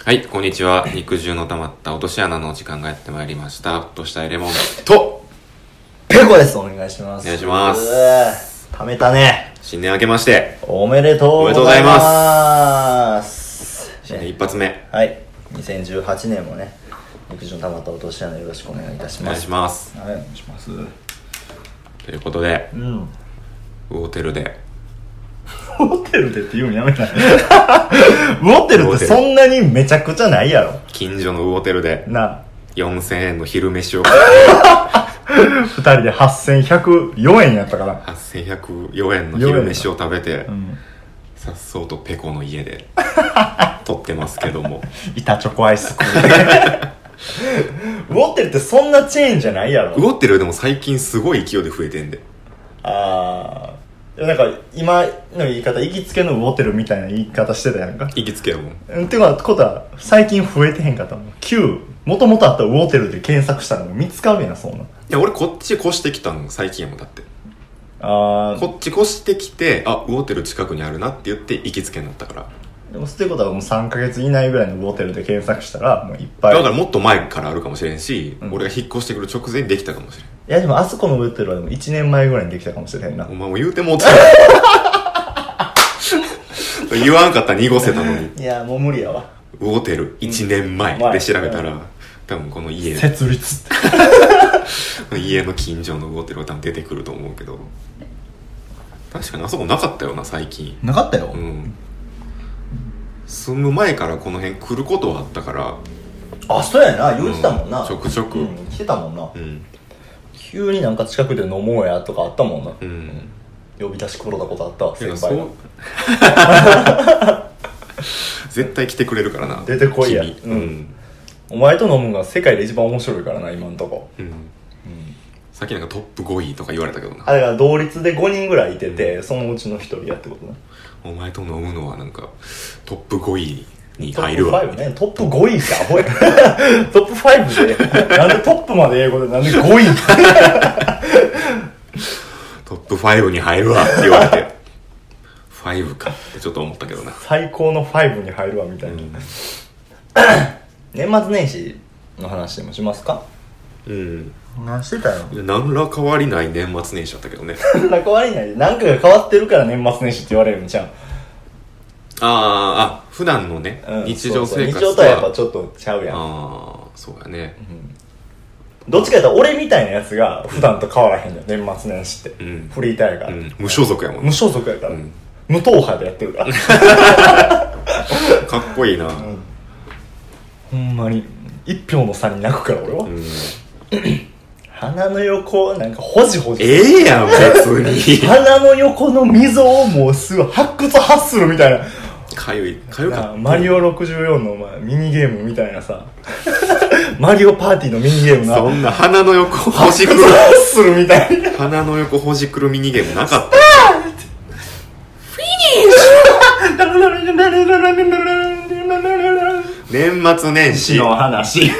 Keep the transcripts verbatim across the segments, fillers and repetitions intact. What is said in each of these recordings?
はい、こんにちは。肉汁の溜まった落とし穴の時間がやってまいりました。落としたいレモンとペコです。お願いします。 お願いします。 貯めたね。 新年明けましておめでとうございます。 新年一発目。 はい。にせんじゅうはちねんもね、肉汁の溜まった落とし穴よろしくお願いいたします。 お願いします。 はい、お願いします。 ということで、 うん。 ウォーテルで。 ウォーテルでって言うんやめない。ウォーテルってそんなにめちゃくちゃないやろ。 近所のウォーテルで。 な。 よんせんえんの昼飯を。 ふたりではっせんひゃくよえんやったから。 はっせんひゃくよえんの昼飯を食べて、 うん、 さっそうとペコの家で撮ってますけども。 板チョコアイスクリーム。ウォーテルってそんなチェーンじゃないやろ。 ウォーテルでも最近すごい勢いで増えてんで。 あー。なんか今の言い方行きつけのウォーテルみたいな言い方してたやんか。 行きつけやもん。 ってことは最近増えてへんかったもん。旧もともとあったウォーテルで検索したら見つかるやん。そんな。いや俺こっち越してきたの最近やもん。だってあこっち越してきて、あウォーテル近くにあるなって言って行きつけになったから。 でもそういうことはもうさんかげつ以内ぐらいのウォーテルで検索したらもういっぱい。 だからもっと前からあるかもしれんし、うん、俺が引っ越してくる直前にできたかもしれん。 いやでもあそこのウォーテルはでもいちねんまえぐらいにできたかもしれへんな。 お前も言うてもうて言わんかったら濁せたのに。 いやもう無理やわ。 ウォーテルいちねんまえで調べたら、うん、多分この家設立家の近所のウォーテルが多分出てくると思うけど、確かにあそこなかったよな最近。 なかったよ。 うん住む前からこの辺来ることはあったから。 あ、そうやな、言ってたもんな、 うん、ちょくちょく、 うん、来てたもんな、 うん、 急になんか近くで飲もうやとかあったもんな、 うん、 呼び出し来ろたことあったわ、先輩が絶対来てくれるからな、 出てこいや、 うんうん、 お前と飲むのが世界で一番面白いからな、今んとこ、うんうん、 さっきなんかトップごいとか言われたけどな。 あれが同率でごにんぐらいいてて、うん、そのうちのひとりやってことな。 お前と飲むのはなんかトップごいに入るわ。 トップごね、トップごいってアホやトップごでなんでトップまで英語でなんでごいトップごに入るわって言われてごかってちょっと思ったけどな。 最高のごに入るわみたいな、うん、年末年始の話でもしますか。 うん、 何してたよ。 何ら変わりない年末年始だったけどね。 何ら変わりない。何かが変わってるから年末年始って言われるんじゃん。 ああ、普段のね、うん、日常生活とは日常とはやっぱちょっとちゃうやん。 ああ、そうやね、 うん、どっちかやったら俺みたいなやつが普段と変わらへんじゃん、年末年始って、うん、フリーターやから、うん、 無所属やもん。 無所属やから、うん、無党派でやってるからかっこいいな、うん、 ほんまに一票の差に泣くから俺は、うん鼻の横なんかホジホジええやん別に鼻の横の溝をもうすぐ発掘ハッスルみたいなかゆいかゆかったマリオろくじゅうよんの、まあ、ミニゲームみたいなさマリオパーティーのミニゲームがそんな鼻の横ほじくるハッスルみたいな鼻の横ほじくるミニゲームなかったフィニッシュ年末年始の話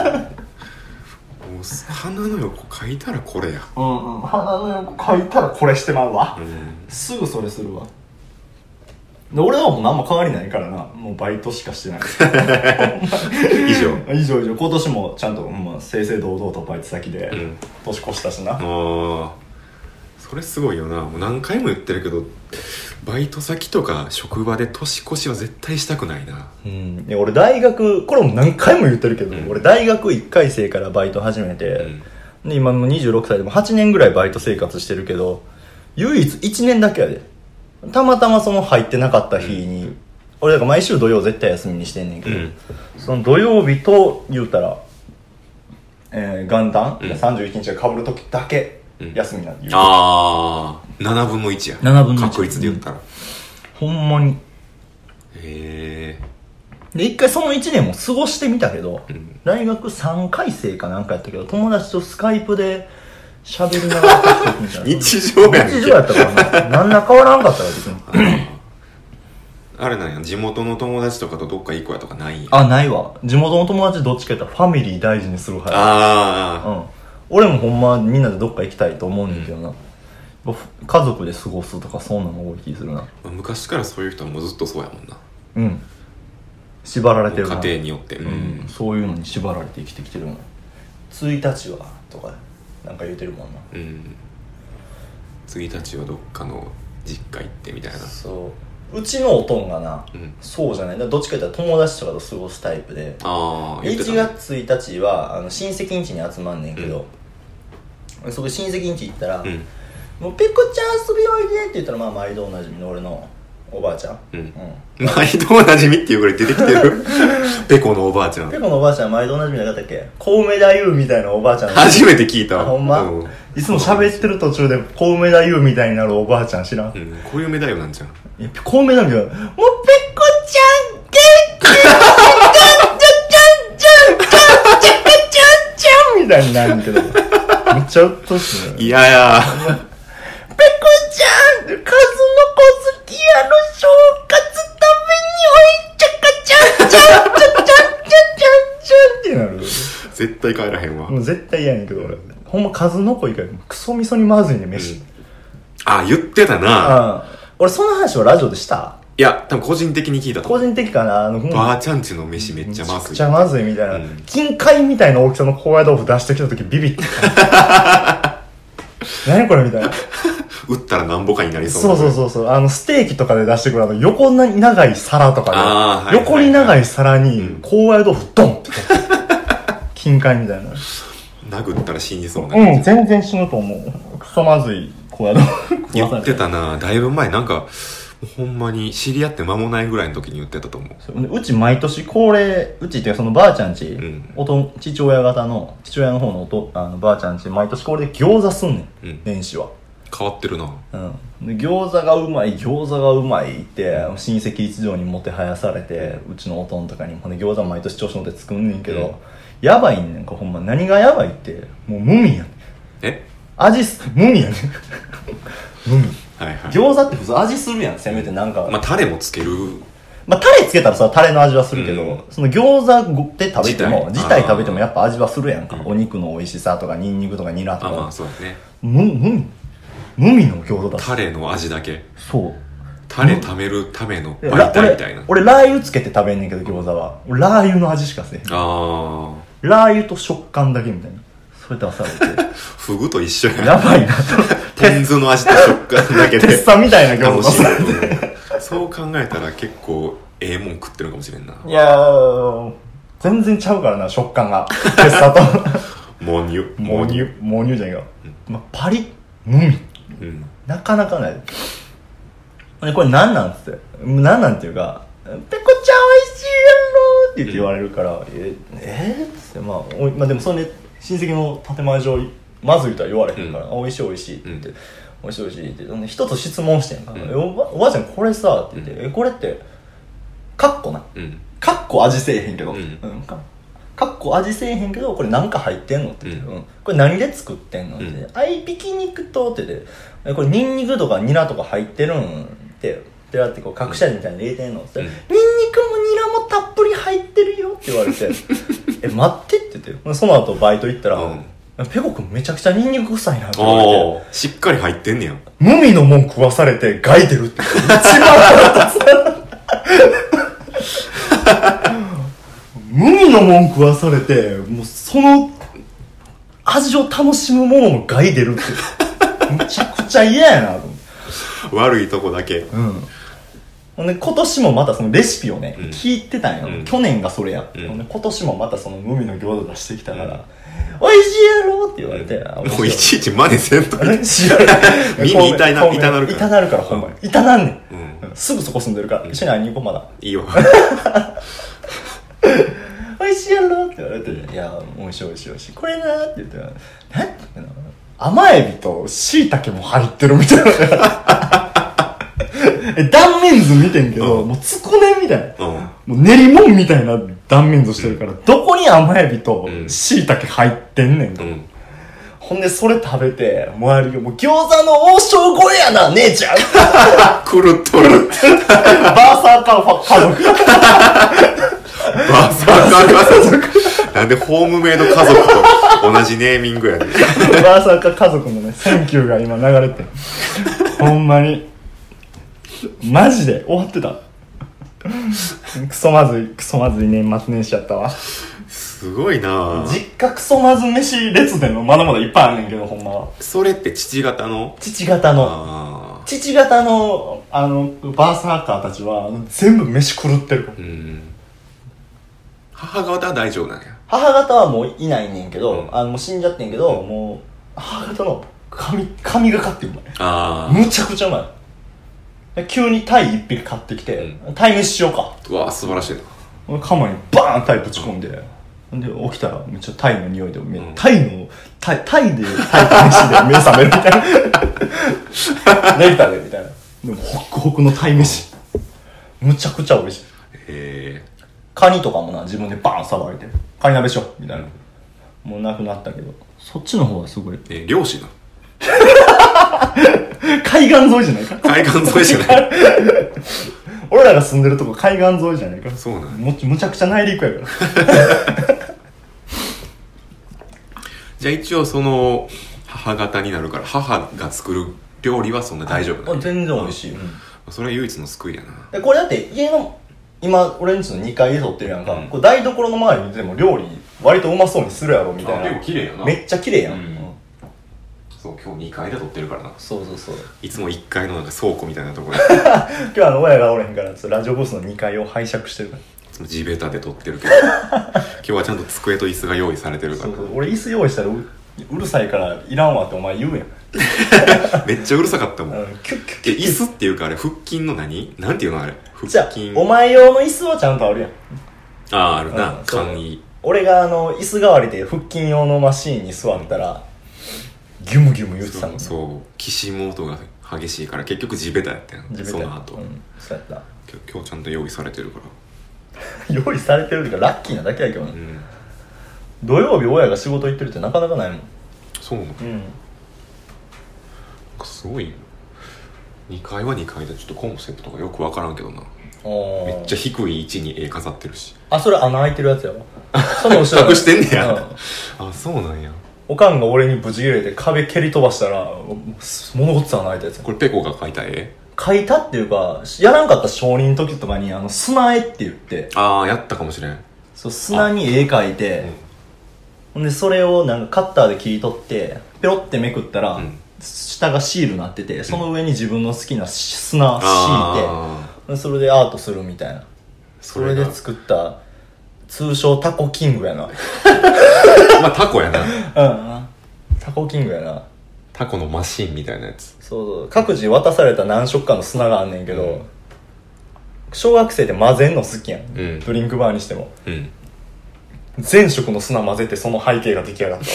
鼻の横書いたらこれや。 うんうん。鼻の横書いたらこれしてまうわ。うん、すぐそれするわ。で俺はもう何も変わりないからな。もうバイトしかしてない。 以上。 以上以上。今年もちゃんと、まあ、正々堂々とバイト先で、うん、年越したしな。ああ。それすごいよな。もう何回も言ってるけど、バイト先とか職場で年越しは絶対したくないな。 うん。いや俺大学、これも何回も言ってるけど、うん、俺大学いっかい生からバイト始めて、うん、で今のにじゅうろくさいでもはちねんぐらいバイト生活してるけど、唯一いちねんだけやで。たまたまその入ってなかった日に、うん、俺だから毎週土曜絶対休みにしてんねんけど、うん、その土曜日と言うたら、えー、元旦、うん、さんじゅういちにちが被る時だけ休みなんで、うん、 ああななぶんのいちや。 ななぶんのいち確率で言ったら、うん、 ほんまに。 へえ。 で一回そのいちねんも過ごしてみたけど、うん、大学さんかい生かなんかやったけど友達とスカイプで喋りながらみたいな日常やんけ。 日常やったからな何ら変わらんかったら別にあれなんや、地元の友達とかとどっか行こうやとかないんや。 あ、ないわ。地元の友達どっちかやったらファミリー大事にする派や。 ああ、 うん。俺もほんまみんなでどっか行きたいと思うねんけどな、うん、家族で過ごすとかそんなの多い気するな。 昔からそういう人はもうずっとそうやもんな。 うん。 縛られてるな。 家庭によって、うんうん、そういうのに縛られて生きてきてるの。ついたちはとかなんか言うてるもんな。 うん。いちにちはどっかの実家行ってみたいな。 そう。うちのおとんがな、うん、そうじゃない。だどっちかというと友達とかと過ごすタイプで。 ああ。言ってたね。 いちがつついたちはあの親戚ん家に集まんねんけど、うん、そこ親戚ん家行ったら、うん、もうペコちゃん遊びおいでって言ったらまあ毎度おなじみの俺のおばあちゃん、うんうん、 毎度おなじみっていうぐらい出てきてるペコのおばあちゃん。 ペコのおばあちゃん毎度おなじみなかったっけ。小梅田優みたいなおばあちゃん。 初めて聞いた。 ほんま、うん、いつも喋ってる途中で小梅田優みたいになるおばあちゃん知らん、うん、 小梅田優なんじゃん。 いや小梅田優もうペコちゃんゲッゲッゲッゲッゲッゲッゲッゲッゲッゲッみたいになるんけどめっちゃうっとしいね。 いやいやペコちゃん数の子好きやの正月食べにおいちゃかちゃんちゃんちゃんちゃんちゃんちゃんちゃんってなる。 絶対帰らへんわ。 もう絶対嫌やねんけど俺ほんま数の子以外クソ味噌にまずいね飯、うん、 あ言ってたな。 うん俺その話をラジオでした。 いや多分個人的に聞いたと個人的かな。あのばあちゃんちの飯めっちゃまずいめっちゃまずいみたいな、うん、金塊みたいな大きさの高野豆腐出してきた時ビビって何これみたいな打ったらなんぼかになりそうそうそうそうそうあのステーキとかで出してくるあの横に長い皿とかで、はい、横に長い皿に高野豆腐ドンって金塊みたいな殴ったら死にそうなうん全然死ぬと思う。クソまずい高野豆腐言ってたな。だいぶ前なんかほんまに知り合って間もないぐらいの時に言ってたと思う。 うち毎年恒例うちっていうかそのばあちゃんち、うん、おと父親方の父親の方のおとあのばあちゃんち毎年恒例で餃子すんねん、うん、年始は変わってるな。 うんで餃子がうまい餃子がうまいって親戚一同にもてはやされてうちのおとんとかにほんで餃子毎年調子乗って作んねんけど、うん、やばいねんかほんま。何がやばいってもう無味やねん。 え味す無味やねん無味、 はいはい、 餃子って普通味するやんせめてなんか、 まあタレもつける。 まあタレつけたらさタレの味はするけど、うん、その餃子で食べても自体食べてもやっぱ味はするやんか、うん、お肉の美味しさとかニンニクとかニラとか。 あまあそうだね。 無無無味の餃子だ。 タレの味だけ。 そうタレ貯めるための媒体みたいな。 俺、俺ラー油つけて食べんねんけど餃子は俺ラー油の味しかせえへん。 あーラー油と食感だけみたいなそれ出されてフグと一緒ややばいなとポン酢の味と食感だけでテッサみたいな餃子そう考えたら結構ええもん食ってるかもしれんな。 いやー全然ちゃうからな食感がテッサとモニュモニュモニュじゃないか、うんまあ、パリッ無味、うん、なかなかない。これ何なんつって何なんていうかペコちゃん美味しいやろって言って言われるから、うん、ええー、っつって、まあ、まあでもそれね親戚の建前上まずいとは言われへんから、うん、美味しい美味しいって言って、うん、美味しい美味しいって言って一つ質問してんか、うん、お, ばおばあちゃんこれさって言って、うん、えこれってカッコな、うん、カッコ味せえへんけど、うんうん、かカッコ味せえへんけどこれ何か入ってんのって言って、うん、これ何で作ってんのって、うん、合いびき肉とって言ってこれニンニクとかニラとか入ってるんってってやってこう隠し味みたいに入れてんのって言って、うん、ニンニクもニラもたっぷり入ってるよって言われてえ待ってって言ってその後バイト行ったら、うん、ペコ君めちゃくちゃニンニク臭いなって言われてしっかり入ってんねや。 無味のもん食わされてガイてるって一番腹立つ無味のもん食わされてもうその味を楽しむものもガイ出るってめちゃくちゃ嫌やなと思って。 悪いとこだけ。 うん。ほんで今年もまたそのレシピをね、うん、聞いてたんよ、うん、去年がそれやって、うん、ほんで今年もまたその無味の餃子出してきたから、うん、美味しいやろって言われて、 うん、もういちいち真似せんと耳痛な痛なるから痛なるからほんまに痛なんねん、うん、すぐそこ住んでるから、うん、一緒に会いに行こうまだいいよ美味しいやろって言われて、うん、いや美味しい美味しい美味しいこれなーって言って何って言って甘エビと椎茸も入ってるみたいな断面図見てんけど、うん、もうつくねみたいな、うん、もう練り物みたいな断面図してるから、うん、どこに甘エビと椎茸入ってんねんと、うん、ほんでそれ食べて周りがもう餃子の王将超えやな姉ちゃん狂っとるバーサーカー家族バーサーカー家族なんでホームメイド家族と同じネーミングやねんバーサーカー家族のねセンキューが今流れてほんまにマジで終わってたクソまずいクソまずい年末年始やったわ。 すごいな。 実家クソまず飯列伝のまだまだいっぱいあんねんけど、ほんまは。 それって父方の父方のあ父方のあのバーサーカーたちは全部飯狂ってるから。 うん母方は大丈夫なんや。 母方はもういないねんけど、 うん、 あのもう死んじゃってんけど、うん、もう母方の神神がかってうまい。 あむちゃくちゃうまい。急にタイ一匹買ってきて、うん、タイ飯しようか。 うわ素晴らしいな。 釜にバーンタイぶち込んで、うん、で起きたらめっちゃタイの匂いで、うん、タイのタイタイでタイと飯で目覚めるみたいな。寝たでみたいな。でもホクホクのタイ飯、むちゃくちゃ美味しい。 へえ。 カニとかもな、自分でバーンさばいてカニ鍋しようみたいな、うん、もうなくなったけど、そっちの方がすごい。 え漁師な。 海岸沿いじゃないか。 海岸沿いじゃない俺らが住んでるとこ海岸沿いじゃないか。 そうなん。 もむちゃくちゃ内陸やからじゃあ一応その母方になるから母が作る料理はそんな大丈夫なの？ 全然美味しい、うん、 それは唯一の救いやな。 これだって家の今俺んちのにかいで撮ってるやんか、うん、これ台所の周り見ても料理割とうまそうにするやろみたいな。 結構綺麗やな。 めっちゃ綺麗やん、うんうん、 そう今日にかいで撮ってるからな。 そうそうそう。いつもいっかいのなんか倉庫みたいなところ今日はあの親がおれへんからラジオブースのにかいを拝借してるから。いつも地べたで撮ってるけど今日はちゃんと机と椅子が用意されてるから。 そうそう俺椅子用意したら う, うるさいからいらんわってお前言うやんめっちゃうるさかったもん、うん、 キュッキュッキュッ。 椅子っていうかあれ腹筋の何なんていうのあれ腹筋。 じゃあお前用の椅子はちゃんとあるやん。 あああるな、 うん、 簡易。 俺があの椅子代わりで腹筋用のマシーンに座ったらギュムギュム言ってたもんね。 そうそうきしむ音が激しいから結局地べたやったやん。その後、 うん、そうやった。 今日ちゃんと用意されてるから用意されてるからラッキーなだけやけどね、うん、土曜日親が仕事行ってるってなかなかないもん。 そうなの、うんすごいにかいはにかいでちょっとコンセプトがよく分からんけどな。めっちゃ低い位置に絵飾ってるし。 あそれ穴開いてるやつやわその後ろ隠してんねや、うん、あそうなんや。 おかんが俺にブチ切れて壁蹴り飛ばしたら物ごっつ穴開いたやつや。 これペコが描いた絵？ 描いたっていうかやらんかった小人の時とかにあの砂絵って言って。 ああやったかもしれん。 そう砂に絵描いて、ほ、うんでそれをなんかカッターで切り取ってペロってめくったら、うん下がシールになってて、その上に自分の好きな砂敷いて、それでアートするみたいな。それで作った通称タコキングやなまあタコやな。 うんタコキングやな。 タコのマシンみたいなやつ。 そうそう各自渡された何色かの砂があんねんけど、うん、小学生って混ぜんの好きやん、うん、ドリンクバーにしても、うん、全色の砂混ぜてその背景が出来上がった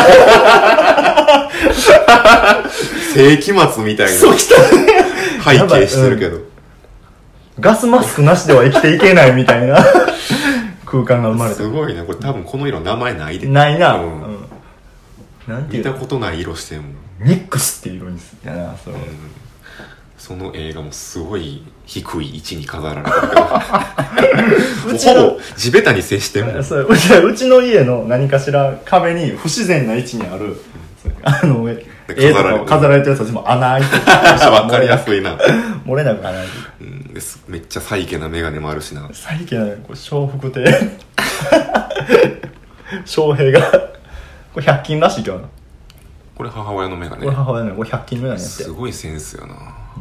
世紀末みたいなそうきた背景してるけど、うん、 ガスマスクなしでは生きていけないみたいな空間が生まれた。 すごいね。これ多分この色名前ないで。 ないな、 うんうん、なんていう見たことない色してんもん。 ニックスっていう色にするやなそれ、うん、 その映画もすごい低い位置に飾られてるけどうちのほぼ地べたに接してんもん。 そううちうちの家の何かしら壁に不自然な位置にある、うん、あの絵とかを飾られてるやつは全部穴開いてる分かりやすいな漏れなく穴開いてる、 うん、ですめっちゃサイケなメガネもあるしな。 サイケなこれ笑福亭翔平がこれひゃく均らしいけどな。 これ母親のメガネ。 これ母親のこれひゃく均のメガネやってすごいセンスやな、うん、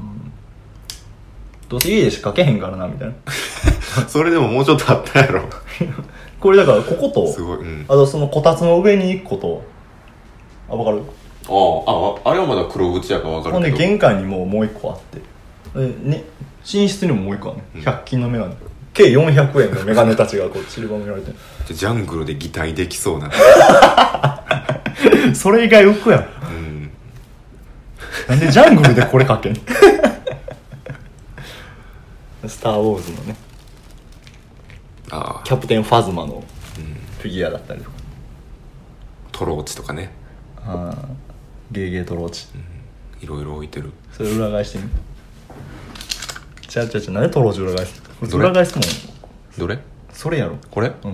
どうせ家でしか描けへんからなみたいなそれでももうちょっとあったやろこれだからこことすごい、うん、 あとそのこたつの上にいっことあ分かる。 ああ、あれはまだ黒縁やから分かるけど、 ほんで玄関にもうもう一個あってで、ね、寝室にももう一個あるね、うん、ひゃく均のメガネ計よんひゃくえんのメガネたちがこう散りばめられてるジャングルで擬態できそうなそれ以外浮くやん、うん、なんでジャングルでこれかけんスターウォーズのねあキャプテンファズマのフィギュアだったりとか、 トローチとかね。 ああゲーゲートローチ、 うん、いろいろ置いてる。 それ裏返してみ。ちゃうちゃうちゃう、なんでトローチ裏返す。裏返すもん。 どれ？ それやろ。 これ？ うん。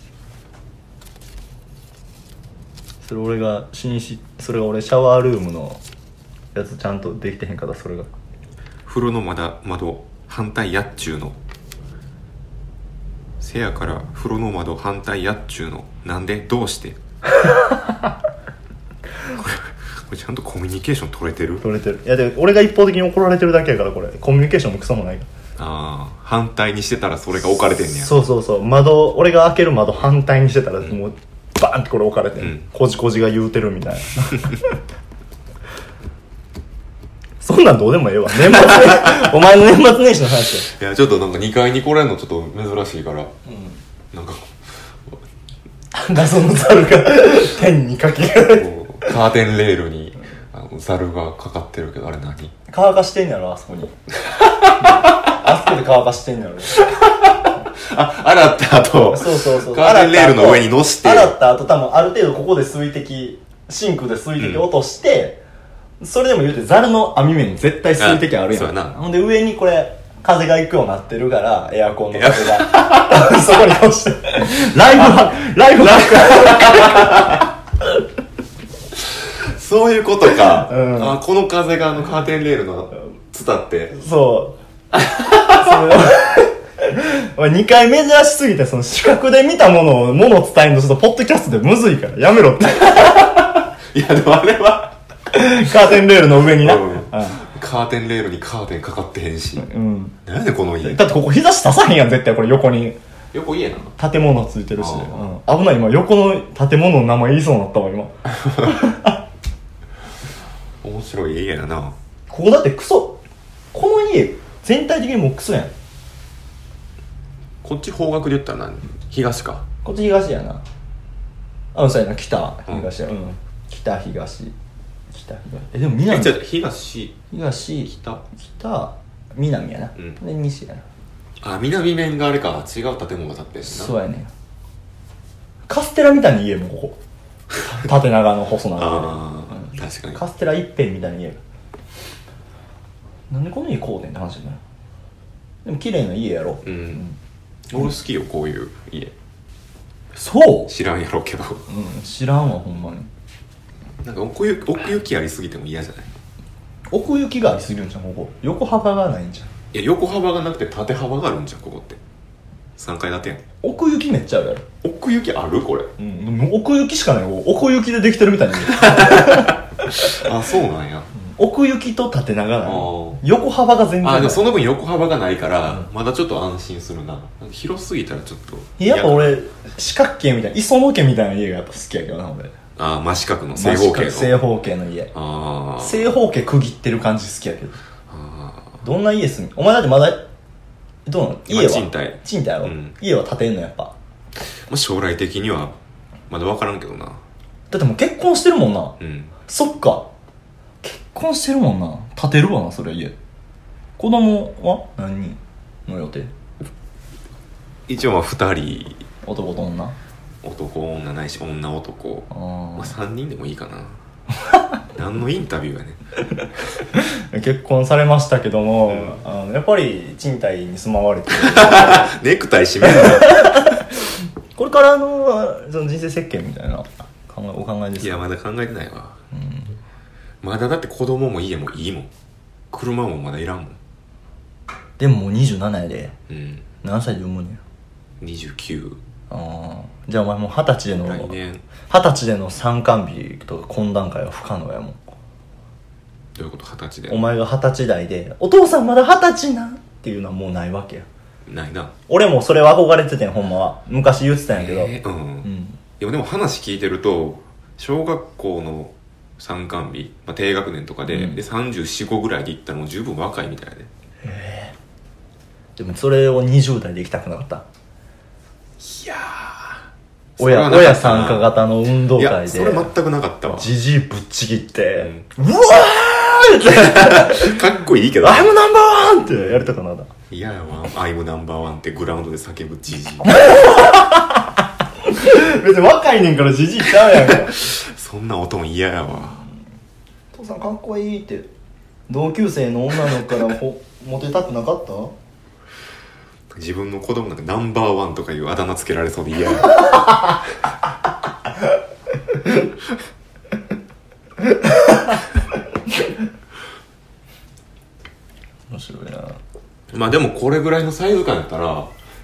それ俺が寝室、それが俺シャワールームのやつちゃんとできてへんかった。それが風呂のまだ窓反対やっちゅうのせやから風呂の窓反対やっちゅうのなんでどうしてこれこれちゃんとコミュニケーション取れてる？ 取れてる。いやで俺が一方的に怒られてるだけやから、これコミュニケーションもクソもないから。 ああ反対にしてたらそれが置かれてんねや。 そうそうそう、窓俺が開ける窓反対にしてたら、もうバーンってこれ置かれてん、うん、こじこじが言うてるみたいなそんなんどうでもええわ。年末お前の年末年始の話いやちょっとなんかにかいに来れんのちょっと珍しいから、うん、なんか謎のザルが天にかけられるカーテンレールにあのザルがかかってるけど、あれ何乾かしてんやろあそこにあそこで乾かしてんやろあ、洗った後そうそうそう、 カーテンレールの上に乗して、 洗った後多分ある程度ここで水滴シンクで水滴落として、うん、それでも言うてザルの網目に絶対水滴あるやん。 そうやな。 ほんで上にこれ風が行くようになってるから、エアコンの風がそこに落ちてライフハックライフハックそういうことか、 うん、 あこの風があのカーテンレールの伝ってそうそにかい珍しすぎて、その視覚で見たものをものを伝えるのちょっとポッドキャストでむずいからやめろっていやでもあれはカーテンレールの上にな、うんうん、 カーテンレールにカーテンかかってへんし、うん、 なんでこの家だってここ日差し刺さへんやん絶対。これ横に横家なの建物ついてるし、うん、危ない。今横の建物の名前言いそうになったわ今面白い家やな。 ここだってクソ、この家全体的にもうクソやん。 こっち方角で言ったら何？東か。 こっち東やな。あ、そうやな、北東や、うん、うん、北東北東。えでも南。 え、東東北北南やな、うん、で西やな。 あ、南面があれか、違う建物が建ってるしな。 そうやね。カステラみたいに家もここ縦長の細長で、 ああ、うん、確かにカステラ一辺みたいに家。なんでこの家こうてんって話じゃない。でも綺麗な家やろ。 うん、うん、俺好きよこういう家。 そう知らんやろうけど、 うん、知らんわほんまに。 なんか奥行き、奥行きありすぎても嫌じゃない？ 奥行きがありすぎるんじゃんここ。横幅がないんじゃん。 いや横幅がなくて縦幅があるんじゃんここって。さんかい建てやん。 奥行きめっちゃあるやろ。 奥行きあるこれ、 うん、奥行きしかない。奥行きでできてるみたいにあ、そうなんや。 奥行きと縦長なの。横幅が全然ない。 あ、でもその分横幅がないから、うん、まだちょっと安心するな。広すぎたらちょっと。 やっぱ俺四角形みたいな磯野家みたいな家がやっぱ好きやけどな俺。 ああ、真四角の正方形の正方形の家。ああ、正方形区切ってる感じ好きやけど。ああ、どんな家住み、お前だってまだどうなの家は賃貸賃貸やろ、うん、家は建てんのやっぱ。まあ、将来的にはまだ分からんけどな。 だってもう結婚してるもんな。 うん、そっか結婚してるもんな。建てるわなそれ家。子供は何人の予定？ 一応まあふたり。 男と女？ 男女ないし女男。あ、まあ、さんにんでもいいかな何のインタビューやねん結婚されましたけども、うん、あのやっぱり賃貸に住まわれてるネクタイ締めるこれからのその人生設計みたいな考えお考えですか？ いやまだ考えてないわ、うん、まだだって子供も家もいいもん。車もまだいらんもん。 でももうにじゅうななやで、 うん、 何歳で産むのよ？ にじゅうきゅう。 ああ、じゃあお前もう二十歳での来年二十歳での参観日とか懇談会は不可能やもん。 どういうこと？二十歳でお前が二十歳代でお父さんまだ二十歳なっていうのはもうないわけや。 ないな。 俺もそれは憧れててんほんまは。昔言ってたんやけど、 えー、うん、うん、でもでも話聞いてると小学校の参観日、まあ、低学年とかで、うん、でさんじゅうよん、ごぐらいで行ったらもう十分若いみたいで。へえ。でもそれをにじゅう代で行きたくなかった？ いやー、親親参加型の運動会で。いやそれ全くなかったわ。 じじいぶっちぎって、うん、うわーってかっこいいけど I'm number one ってやりたくなかった。 嫌やわ I'm number one ってグラウンドで叫ぶじじい別に若いねんからじじいちゃうやんかそんな音も嫌やわ。 父さんかっこいいって同級生の女の子からほモテたくなかった？ 自分の子供なんかナンバーワンとかいうあだ名つけられそうで嫌や面白いな。 まあでもこれぐらいのサイズ感やったら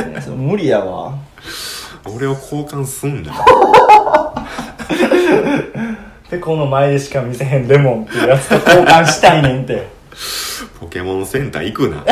ね、それ無理やわ。 俺を交換すんだでこの前でしか見せへんレモンっていうやつと交換したいねんて。 ポケモンセンター行くな。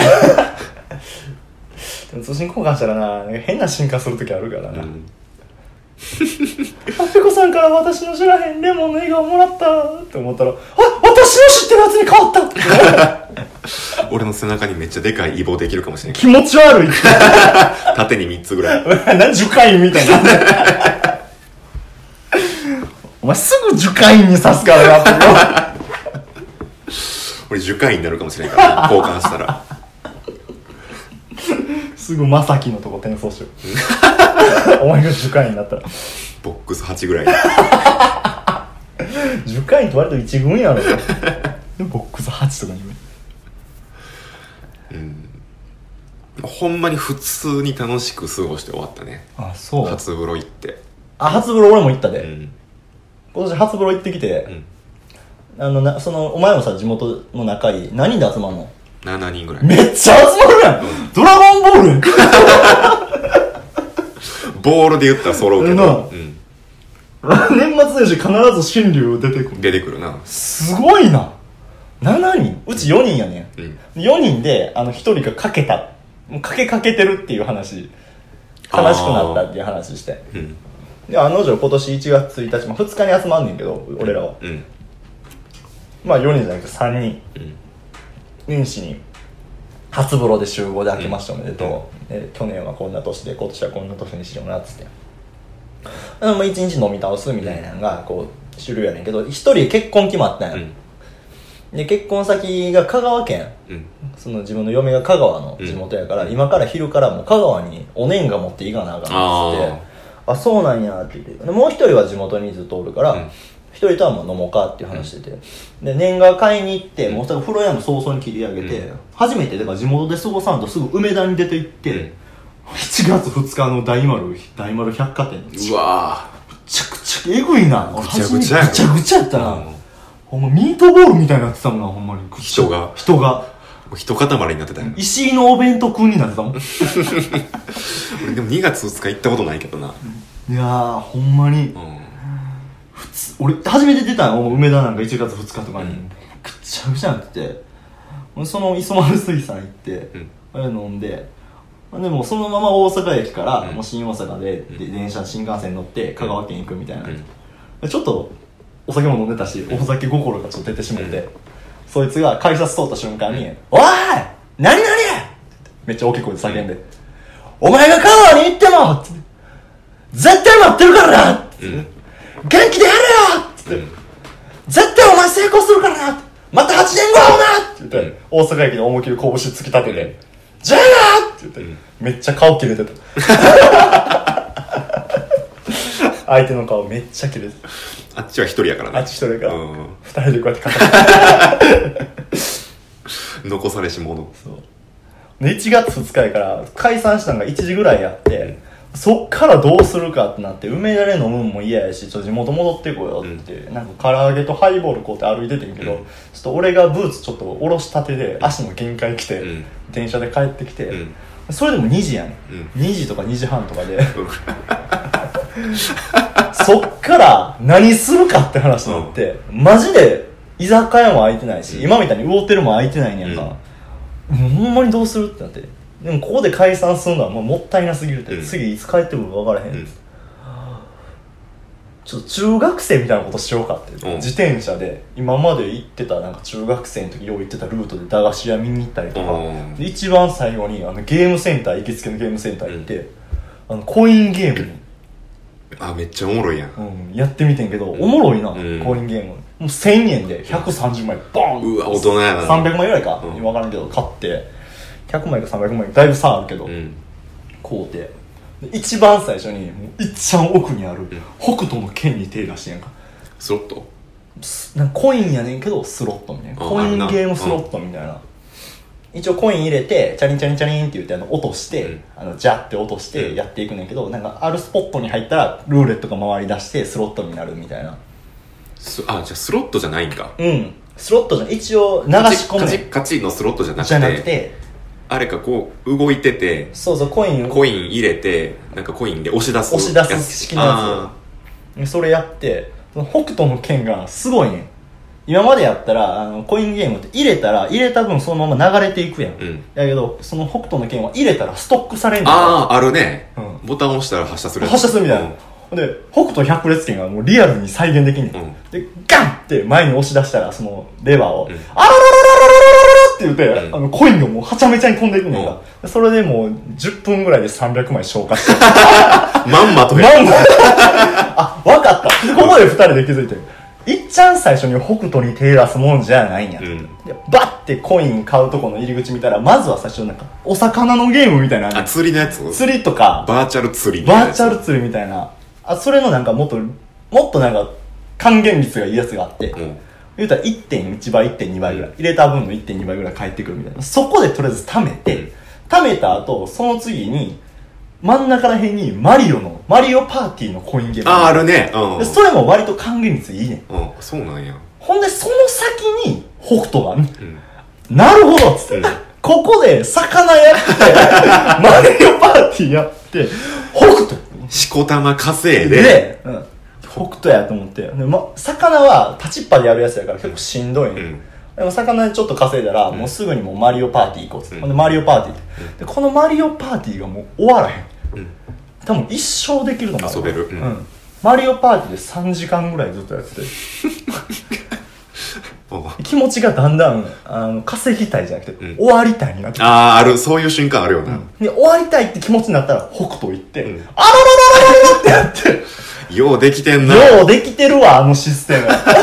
でも通信交換したらな、なんか変な進化するときあるからな、うん、あ、ペコさんから私の知らへんレモンの笑顔もらったって思ったら、あ、私の知ってるやつに変わった俺の背中にめっちゃでかいイボできるかもしれない。 気持ち悪い縦にみっつぐらい何樹海みたいなお前すぐ樹海に刺すからな俺樹海になるかもしれないから、ね、交換したらすぐまさきのとこ転送しようお前が樹海になったらボックスはちぐらい樹海って割と一軍やろボックスはちとかに、 うん、 ほんまに普通に楽しく過ごして終わったね。 あ、そう。 初風呂行って。 あ、初風呂俺も行ったで、うん、今年初風呂行ってきて、うん、あのな、そのお前もさ地元の仲いい何人で集まんの？ ななにんぐらい。 めっちゃ集まるやん、うん、ドラゴンボールやんボールで言ったら揃うけど、うん、 年末年始必ず新竜出てくる。 出てくるな。 すごいな。ななにん、うちよにんやねん、うん、よにんであのひとりがかけた、もうかけかけてるっていう話、悲しくなったっていう話して、うん、で案の定今年いちがつついたち、まあ、ふつかに集まんねんけど俺らは、うん、まあよにんじゃなくてさんにん、うん、年始に初風呂で集合で明けましておめでとう、うん、で去年はこんな年で今年はこんな年にしようなっつってあのいちにち飲み倒すみたいなのがこう主流やねんけど、ひとり結婚決まったんや、うんで結婚先が香川県、うん、その自分の嫁が香川の地元やから、うん、今から昼からもう香川にお年賀持っていかなあかんっつって、ああそうなんやって言って、もう一人は地元にずっとおるから一、うん、人とはもう飲もうかっていう話してて、うん、で年賀買いに行って、うん、もう風呂屋も早々に切り上げて、うん、初めてだから地元で過ごさんとすぐ梅田に出て行って、うん、しちがつふつかの大丸大丸百貨店、 うわめちゃくちゃえぐいな、 ぐちゃぐちゃやぐちゃぐちゃやったな、うん、ほんまミートボールみたいになってたもんな、ほんまに人が人が人塊になってたよ。 石井のお弁当君になってたもん俺でもにがつふつか行ったことないけどな。 いやーほんまに、うん、普通俺初めて出たの梅田なんかいちがつふつかとかに、うん、ぐちゃぐちゃになってて、その磯丸水産行って、うん、あれ飲んで、でもそのまま大阪駅から、うん、もう新大阪で、うん、で電車新幹線乗って香川県行くみたいな、うん、ちょっとお酒も飲んでたし、おふざけ心がちょっと出てしまって、うん、そいつが改札通った瞬間に、うん、おい何々めっちゃ大きい声で叫んで、うん、お前が香川に行ってもって絶対待ってるからなって、うん、元気でやれよって、うん、絶対お前成功するからなまたはちねんご会おうなって言って、うん、大阪駅で思いっきり拳突き立てて、うん、じゃあなって言って、うん、めっちゃ顔切れてた相手の顔めっちゃ切れてた。 あっちは一人やからね。 あっち一人やから、うん、二人でこうやって肩残されし者。 そうでいちがつふつかやから解散したのがいちじぐらいやって、そっからどうするかってなって、梅田で飲むんも嫌やし、ちょっと地元戻ってこよって、うん、なんか唐揚げとハイボールこうって歩いててんけど、うん、ちょっと俺がブーツちょっと下ろしたてで足の限界来て、うん、電車で帰ってきて、うん、それでもにじやね、うん、にじとかにじはんとかでそっから何するかって話になって、うん、マジで居酒屋も開いてないし、うん、今みたいに魚テルも開いてないんやんか、うん、ほんまにどうするってなって、でもここで解散するのはもうもったいなすぎるって、うん、次いつ帰ってくるか分からへんって、うん、ちょっと中学生みたいなことしようかって、うん、自転車で今まで行ってたなんか中学生の時よう行ってたルートで駄菓子屋見に行ったりとか、うん、で一番最後にあのゲームセンター行きつけのゲームセンター行って、うん、あのコインゲームにあめっちゃおもろいやん、 うん、やってみてんけど、うん、おもろいな、うん、コインゲームもうせんえんでひゃくさんじゅうまいボン、 うわ大人やな、 さんびゃくまいぐらいか、うん、分からんけど買ってひゃくまいかさんびゃくまいだいぶ差あるけど、うん、買うて一番最初にもういっちゃん奥にある、うん、北斗の剣に手出してんやんか。 スロットなんかコインやねんけどスロットみたいな、コインゲームスロットみたいな、一応コイン入れてチャリンチャリンチャリンって言ってあの落として、うん、あのジャって落としてやっていくねんけど、なんかあるスポットに入ったらルーレットが回り出してスロットになるみたいな。 すあじゃあスロットじゃないんか。 うんスロットじゃ一応流し込むカチカチのスロットじゃなくてじゃなくてあれかこう動いてて、 そうそうコインコイン入れてなんかコインで押し出す押し出す式のやつをそれやって、その北斗の剣がすごいねん。今までやったらあのコインゲームって入れたら入れた分そのまま流れていくやん、うん、やけどその北斗の剣は入れたらストックされんねん。 あああるね、うん、ボタン押したら発射するやつ発射するみたいな、うん、で北斗百裂剣がもうリアルに再現できんねん、うん、でガンって前に押し出したらそのレバーを、うん、あらららららららって言って、うん、あのコインがもうはちゃめちゃに飛んでいくねんか、うん、それでもうじゅっぷんぐらいでさんびゃくまい消化してまんまとやまんまあ分かった、ここでふたりで気づいてる。いっちゃん最初に北斗に手出すもんじゃないんや、うん、でバッてコイン買うとこの入り口見たらまずは最初なんかお魚のゲームみたいな、 あ釣りのやつ釣りとかバーチャル釣りみたいなバーチャル釣りみたいな、あそれのなんかもっともっとなんか還元率がいいやつがあって、うん、言うたら いってんいち 倍 いってんに 倍ぐらい、うん、入れた分の いってんに 倍ぐらい返ってくるみたいな、そこでとりあえず貯めて、うん、 貯めた後その次に真ん中ら辺にマリオのマリオパーティーのコインゲームあああるね、うん、 でそれも割と還元率いいねん、 うん、そうなんや。 ほんでその先に北斗があんねん、うん、なるほどっつって、うん、ここで魚やってマリオパーティーやって北斗しこたま稼いでで、うん、北斗やと思ってで、ま、魚は立ちっぱでやるやつやから結構しんどいね、うん、でも魚でちょっと稼いだら、うん、もうすぐにもうマリオパーティー行こうっつって、うん、ほんでマリオパーティーって、うん、でこのマリオパーティーがもう終わらへん、うん、多分一生できると思う。 遊べる、うんうん、 マリオパーティーでさんじかんぐらいずっとやってて気持ちがだんだんあの稼ぎたいじゃなくて、うん、終わりたいになってああある、そういう瞬間あるよな、うん、 で終わりたいって気持ちになったら北斗行って、うん、あらららららってやってようできてんな。 ようできてるわあのシステム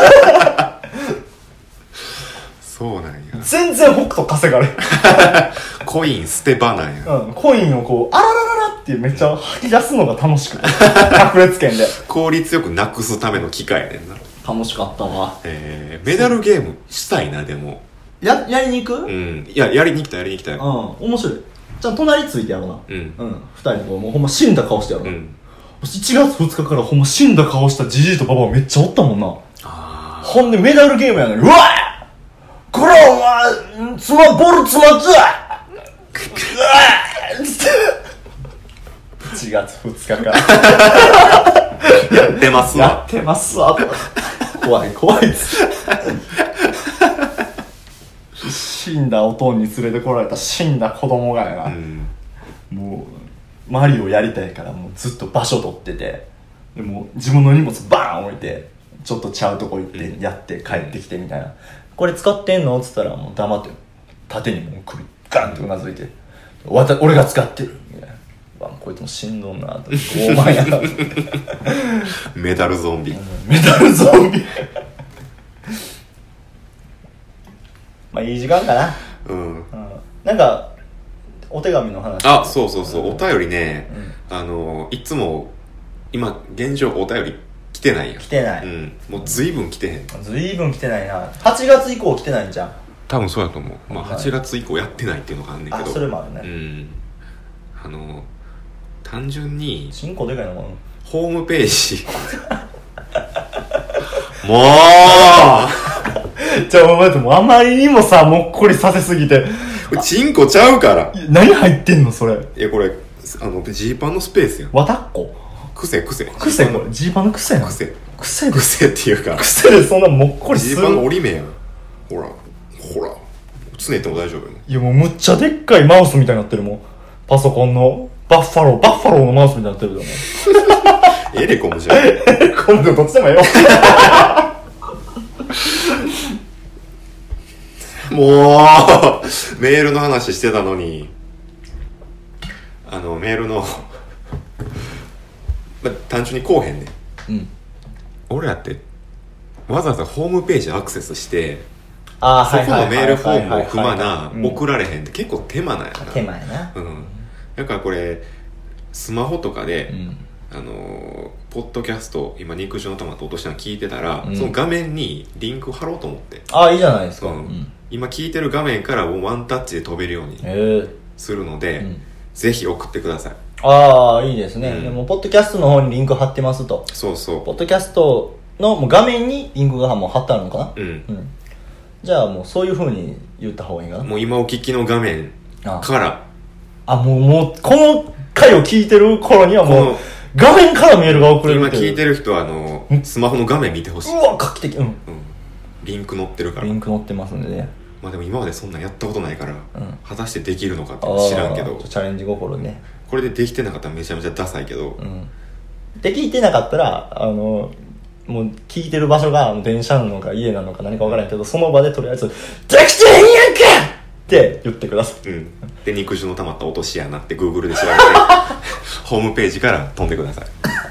そうなんや。 全然北斗稼がれコイン捨て場なんや、 うん、コインをこうあららららってめっちゃ吐き出すのが楽しくて確率圏で効率よくなくすための機械やねんな。 楽しかったわ。 えー、メダルゲームしたいな。でもややりに行く？ うんいややりに来たやりに来たよ。 うん面白い。じゃあ隣ついてやろうな。うんうん二人でこうもうほんま死んだ顔してやろう。うんいちがつふつかからほんま死んだ顔したジジイとババアめっちゃおったもんな。あほんでメダルゲームやのにうわっこれお前つまボルつまつうわっいちがつふつかからやってますわやってますわ怖い怖いっす死んだおとんに連れてこられた死んだ子供がやな、うん、もうマリオやりたいからもうずっと場所取っててでも自分の荷物バーン置いてちょっとちゃうとこ行ってやって帰ってきてみたいな、うん、これ使ってんのっつったらもう黙って縦にもう首ガンってうなずいて俺が使ってるみたいなこいつもしんどんなと傲慢やなメダルゾンビ、うん、 メダルゾンビまあいい時間かな、うん、うん、なんかお手紙の話あそうそうそう、うん、お便りね、うん、あのいつも今現状お便り来てないやん。 来てない、 うん、もう随分来てへん。 随分来てないな。はちがつ以降来てないんじゃん。 多分そうやと思う。まあはちがつ以降やってないっていうのがあんねんけど、 あそれもあるね。 うんあの単純にチンコでかいのかなホームページもうじゃあ待ってもうあまりにもさもっこりさせすぎてチンコちゃうから何入ってんのそれ。 いやこれあのジーパンのスペースやん。 わたっこ癖癖癖これジーパンの癖なの。 癖癖癖っていうか癖でそんなもっこりする。 ジーパンの折り目やん。ほらほら常にっても大丈夫よ。 いやもうむっちゃでっかいマウスみたいになってるもん。パソコンのバッファローバッファローのマウスみたいになってるよねエレコムじゃん。 エレコムでもどっちでもええよもうメールの話してたのにあのメールのまあ、単純にこうへんね、うん、俺らってわざわざホームページアクセスしてあそこのメールフォームを踏まな送られへんって結構手間なんやな。 手間やな、 うん、だからこれスマホとかで、うん、あのポッドキャスト今肉汁のトマト落としたの聞いてたら、うん、その画面にリンク貼ろうと思って。 ああいいじゃないですか、 うんうん、今聞いてる画面からワンタッチで飛べるようにするので、うん、ぜひ送ってください。 ああいいですね、うん、でもポッドキャストの方にリンク貼ってますと。 そうそうポッドキャストのもう画面にリンクがもう貼ってあるのかな、うん、うん、じゃあもうそういう風に言った方がいいかな。 もう今お聞きの画面からああもうもうこの回を聞いてる頃にはもう画面からメールが送れるっていう。今聞いてる人はあのスマホの画面見てほしい。 うわ画期的、うん、うん、 リンク載ってるからリンク載ってますんでね。 まあでも今までそんなんやったことないから、うん、果たしてできるのかって知らんけどチャレンジ心ね。 これでできてなかったらめちゃめちゃダサいけど、うん、 できてなかったらあのもう聞いてる場所が電車なのか家なのか何か分からないけどその場でとりあえずできてへんやんかって言ってください、うん、 で肉汁の溜まった落とし穴って Google で調べてホームページから飛んでください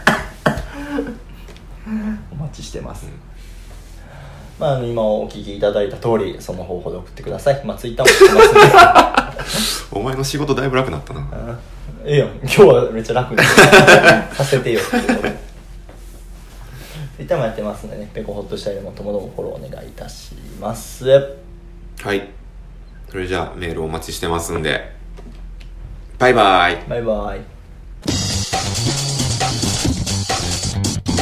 お待ちしてます、うん、まあ今お聞きいただいた通りその方法で送ってください。まあツイッターもしてますんでお前の仕事だいぶ楽になったな。 ええよ今日はめっちゃ楽ですさせてよってことでツイッターもやってますんでね、ペコホッとしたりもともどもフォローお願いいたします。 はい、それじゃあメールお待ちしてますんでバイバイ。 バイバイ。